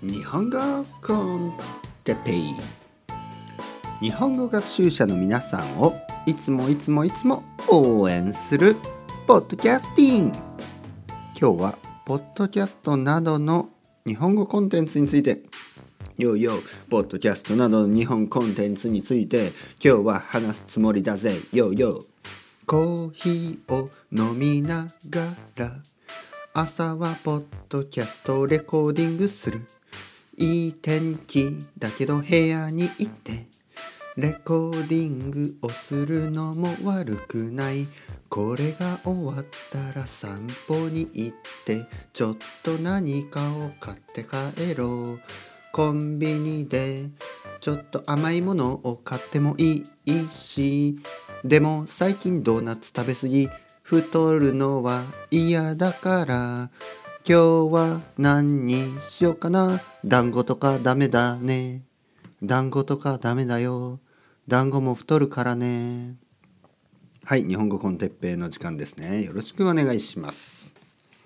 日本語コンテペイ、日本語学習者の皆さんをいつも応援するポッドキャスティング。今日はポッドキャストなどの日本語コンテンツについてポッドキャストなどの日本コンテンツについて今日は話すつもりだぜ。コーヒーを飲みながら朝はポッドキャストレコーディングする。いい天気だけど部屋にいてレコーディングをするのも悪くない。これが終わったら散歩に行ってちょっと何かを買って帰ろう。コンビニでちょっと甘いものを買ってもいいし、でも最近ドーナツ食べ過ぎ、太るのは嫌だから今日は何にしようかな。団子とかダメだね。団子とかダメだよ。団子も太るからね。はい、日本語コンテッペイの時間ですね。よろしくお願いします。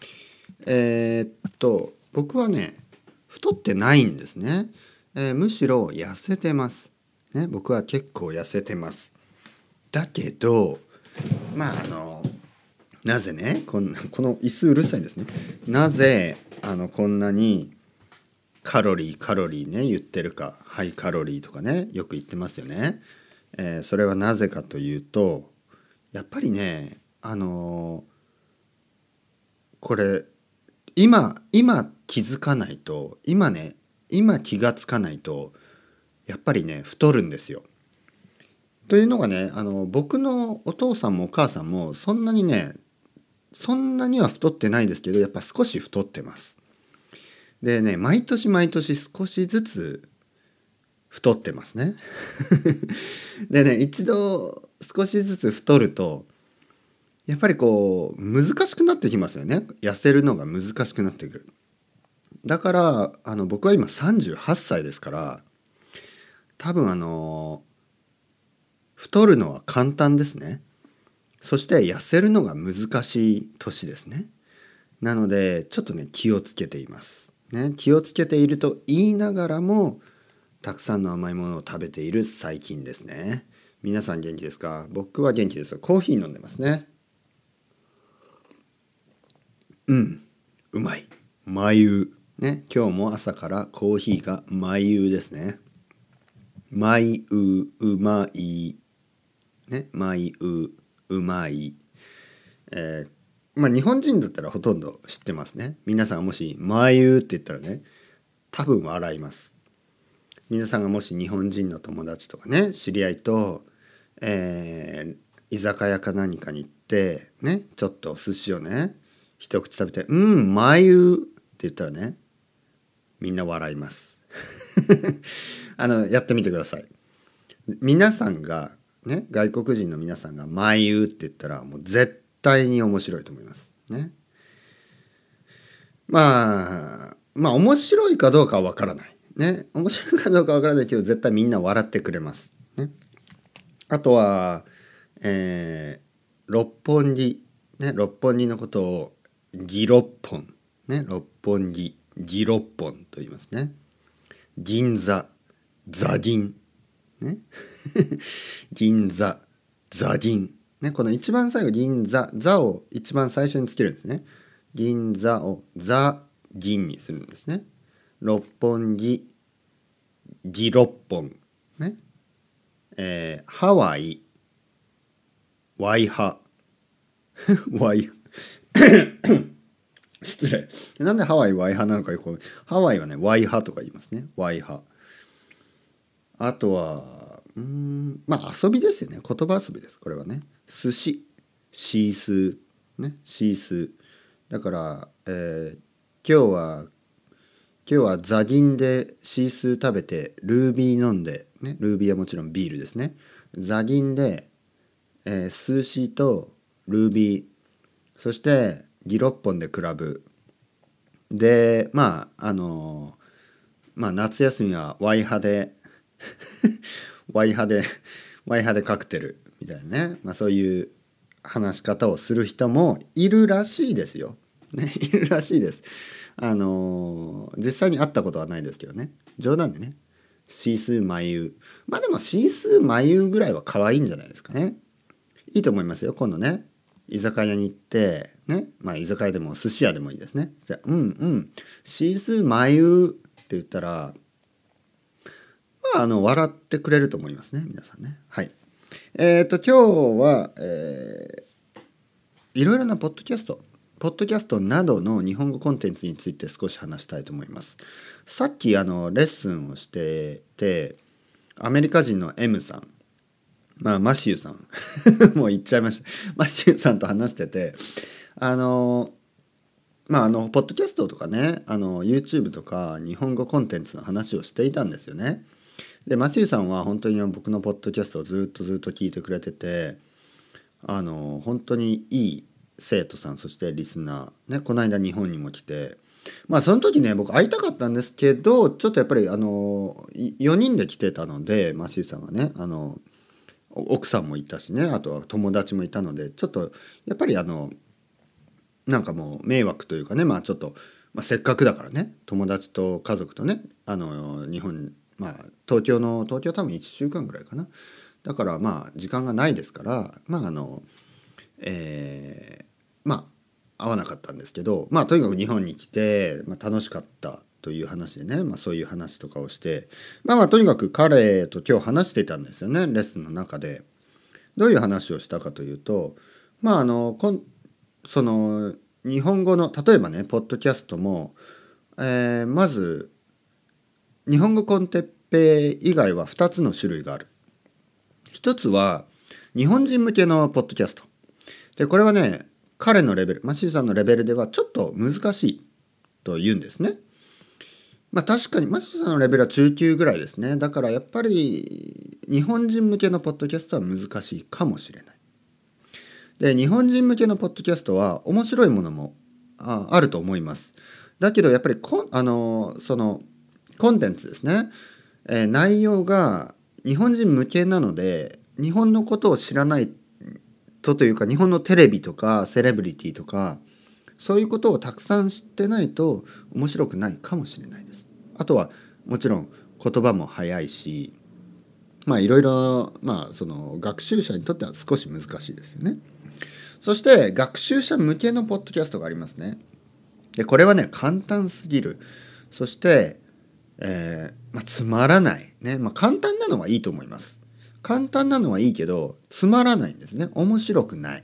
僕はね、太ってないんですね。むしろ痩せてます。ね、僕は結構痩せてます。だけど、なぜね、この椅子うるさいですね。なぜこんなにカロリーね言ってるか、ハイカロリーとかねよく言ってますよね。それはなぜかというと、やっぱりねこれ今気づかないと、今気がつかないとやっぱりね太るんですよ。というのがね、僕のお父さんもお母さんもそんなには太ってないですけど、やっぱ少し太ってます。でね、毎年少しずつ太ってますね。でね、一度少しずつ太るとやっぱり難しくなってきますよね。痩せるのが難しくなってくる。だから僕は今38歳ですから、多分太るのは簡単ですね。そして痩せるのが難しい年ですね。なのでちょっとね気をつけています、ね。気をつけていると言いながらもたくさんの甘いものを食べている最近ですね。皆さん元気ですか？僕は元気です。コーヒー飲んでますね。うまい。眉ね、今日も朝からコーヒーが眉ですね。眉うまいね、眉うまい。日本人だったらほとんど知ってますね。皆さんがもし眉って言ったらね、多分笑います。皆さんがもし日本人の友達とかね、知り合いと、居酒屋か何かに行ってね、ちょっと寿司をね一口食べて眉って言ったらね、みんな笑いますやってみてください。皆さんがね、外国人の皆さんが眉って言ったらもう絶対に面白いと思いますね。面白いかどうかはわからないね。面白いかどうかわからないけど絶対みんな笑ってくれますね。あとは、六本木ね、六本木のことをギロッポンね、六本木ギロッポンと言いますね。銀座ザ銀ね銀座ザ銀ね、この一番最後銀座ザを一番最初につけるんですね。銀座をザ銀にするんですね。六本木ギロッポンね、ハワイワイハワイ失礼。なんでハワイワイハなのかよく。ハワイはねワイハとか言いますね。ワイハ。あとは遊びですよね。言葉遊びです。これはね。寿司シースーね、シースーだから、今日はザギンでシースー食べてルービー飲んでね、ルービーはもちろんビールですね。ザギンで、寿司とルービー、そしてギロッポンでクラブで、夏休みはワイハでワイハでカクテルみたいなね、そういう話し方をする人もいるらしいですよ。ね、いるらしいです。 実際に会ったことはないですけどね、冗談でね、シースーマユー、でもシースーマユーぐらいは可愛いんじゃないですかね。いいと思いますよ。今度ね、居酒屋に行ってね、居酒屋でも寿司屋でもいいですね。じゃあシースーマユーって言ったら、笑ってくれると思いますね、皆さんね。はい。今日は、いろいろなポッドキャストなどの日本語コンテンツについて少し話したいと思います。さっきレッスンをしてて、アメリカ人の M さん、マシューさんもう言っちゃいました。マシューさんと話してて、ポッドキャストとかね、YouTube とか日本語コンテンツの話をしていたんですよね。で、マシューさんは本当に僕のポッドキャストをずっと聞いてくれてて、本当にいい生徒さん、そしてリスナー、ね、この間日本にも来て、その時ね、僕会いたかったんですけど、ちょっとやっぱり4人で来てたので、マシューさんがね、奥さんもいたしね、あとは友達もいたので、ちょっとやっぱりなんかもう迷惑というかね、ちょっと、せっかくだからね、友達と家族とね、日本、東京多分1週間ぐらいかな。だから時間がないですから、会わなかったんですけど、とにかく日本に来て、楽しかったという話でね、そういう話とかをして、とにかく彼と今日話していたんですよね、レッスンの中で。どういう話をしたかというと、その日本語の例えばね、ポッドキャストも、まず日本語コンテッペ以外は2つの種類がある。一つは日本人向けのポッドキャストで、これはね、彼のレベル、マシューさんのレベルではちょっと難しいと言うんですね。確かにマシューさんのレベルは中級ぐらいですね。だからやっぱり日本人向けのポッドキャストは難しいかもしれない。で、日本人向けのポッドキャストは面白いものもあると思います。だけどやっぱりそのコンテンツですね、内容が日本人向けなので、日本のことを知らないというか、日本のテレビとかセレブリティとかそういうことをたくさん知ってないと面白くないかもしれないです。あとはもちろん言葉も早いし、いろいろその学習者にとっては少し難しいですよね。そして学習者向けのポッドキャストがありますね。で、これはね、簡単すぎる。そして、つまらないね。簡単なのはいいと思います。簡単なのはいいけどつまらないんですね。面白くない。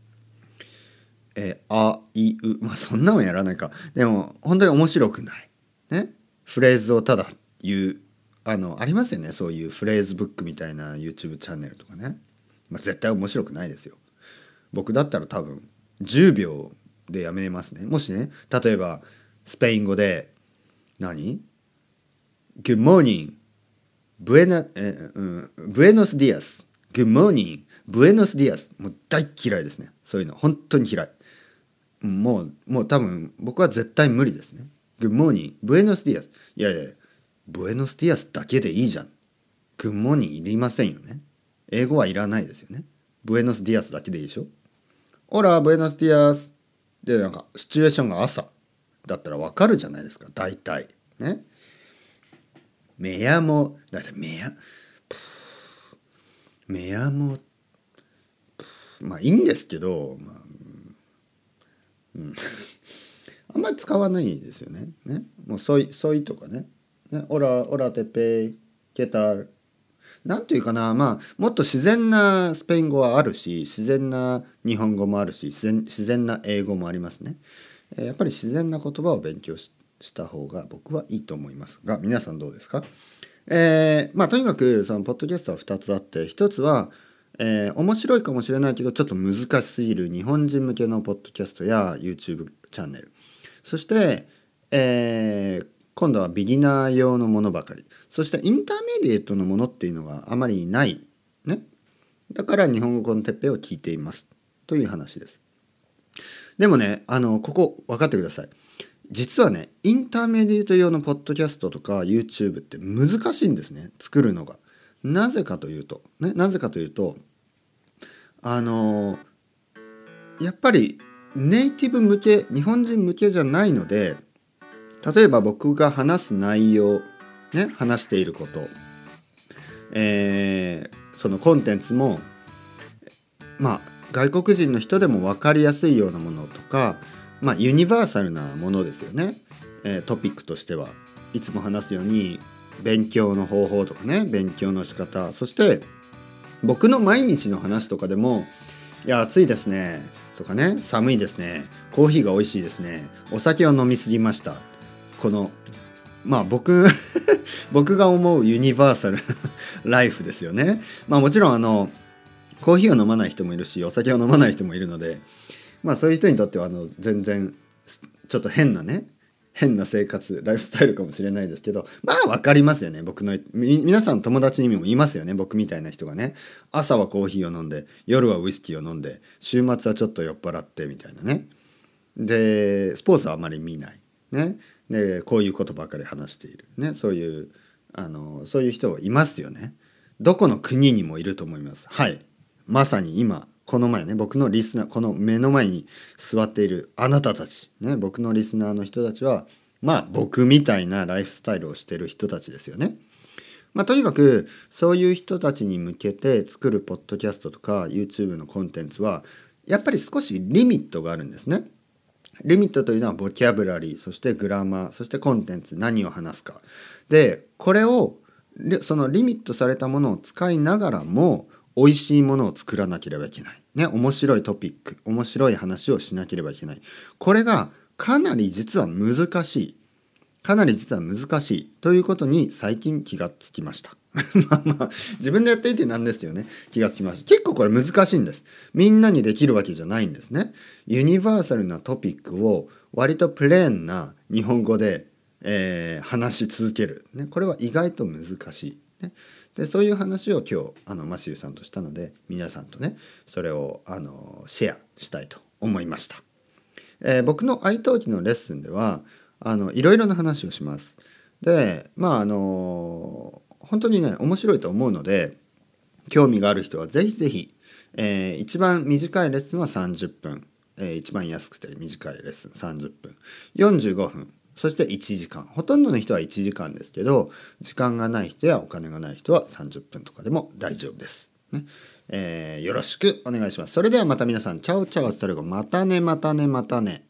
あいう、そんなのやらないか。でも本当に面白くないね。フレーズをただ言う、ありますよね、そういうフレーズブックみたいな YouTube チャンネルとかね。絶対面白くないですよ。僕だったら多分10秒でやめますね。もしね、例えばスペイン語でGood morning Buenos Dias Good morning Buenos Dias、 もう大嫌いですね。そういうの本当に嫌い。もう多分僕は絶対無理ですね。Good morning Buenos Dias、 いやBuenos Dias だけでいいじゃん。Good morning いりませんよね。英語はいらないですよね。Buenos Dias だけでいいでしょ。オラ Buenos Dias で、なんかシチュエーションが朝だったらわかるじゃないですか、大体ね。メヤモ、だってメヤモ、いいんですけど、あんまり使わないですよね。もうソイとかね。オラテペイケタル、なんというかな、もっと自然なスペイン語はあるし、自然な日本語もあるし、自然な英語もありますね。やっぱり自然な言葉を勉強した方が僕はいいと思いますが、皆さんどうですか？とにかくそのポッドキャストは2つあって、1つは、面白いかもしれないけどちょっと難しすぎる日本人向けのポッドキャストや YouTube チャンネル、そして、今度はビギナー用のものばかり、そしてインターメディエートのものっていうのがあまりないね。だから日本語コンテッペを聞いていますという話です。でもね、ここ分かってください。実はね、インターメディエート用のポッドキャストとか YouTube って難しいんですね、作るのが。なぜかというとやっぱりネイティブ向け、日本人向けじゃないので、 例えば僕が話す内容、ね、話していること、そのコンテンツも外国人の人でも分かりやすいようなものとか、ユニバーサルなものですよね。トピックとしてはいつも話すように勉強の方法とかね、勉強の仕方、そして僕の毎日の話とかでも、いや暑いですねとかね、寒いですね、コーヒーが美味しいですね、お酒を飲みすぎました、この僕僕が思うユニバーサルライフですよね。もちろんコーヒーを飲まない人もいるし、お酒を飲まない人もいるので、そういう人にとっては全然ちょっと変な生活ライフスタイルかもしれないですけど、分かりますよね。僕の皆さん友達にもいますよね。僕みたいな人がね、朝はコーヒーを飲んで、夜はウイスキーを飲んで、週末はちょっと酔っ払ってみたいなね。でスポーツはあまり見ないね。でこういうことばかり話しているね。そういう人はいますよね。どこの国にもいると思います。はい、まさに今この前ね、僕のリスナー、この目の前に座っているあなたたちね、僕のリスナーの人たちは僕みたいなライフスタイルをしている人たちですよね。とにかくそういう人たちに向けて作るポッドキャストとか YouTube のコンテンツはやっぱり少しリミットがあるんですね。リミットというのはボキャブラリー、そしてグラマー、そしてコンテンツ、何を話すかで、これをそのリミットされたものを使いながらも美味しいものを作らなければいけないね。面白いトピック、面白い話をしなければいけない。これがかなり実は難しいということに最近気がつきました自分でやっていてなんですよね。気がつきました。結構これ難しいんです。みんなにできるわけじゃないんですね。ユニバーサルなトピックを割とプレーンな日本語で、話し続ける、ね、これは意外と難しい、ね。でそういう話を今日マシューさんとしたので、皆さんとねそれをシェアしたいと思いました。僕の愛登記のレッスンではいろいろな話をします。で本当にね面白いと思うので、興味がある人はぜひぜひ、一番短いレッスンは30分、一番安くて短いレッスン30分、45分、そして1時間。ほとんどの人は1時間ですけど、時間がない人やお金がない人は30分とかでも大丈夫です、ね。よろしくお願いします。それではまた皆さん、チャオチャオスタルゴ、またねまたねまたね。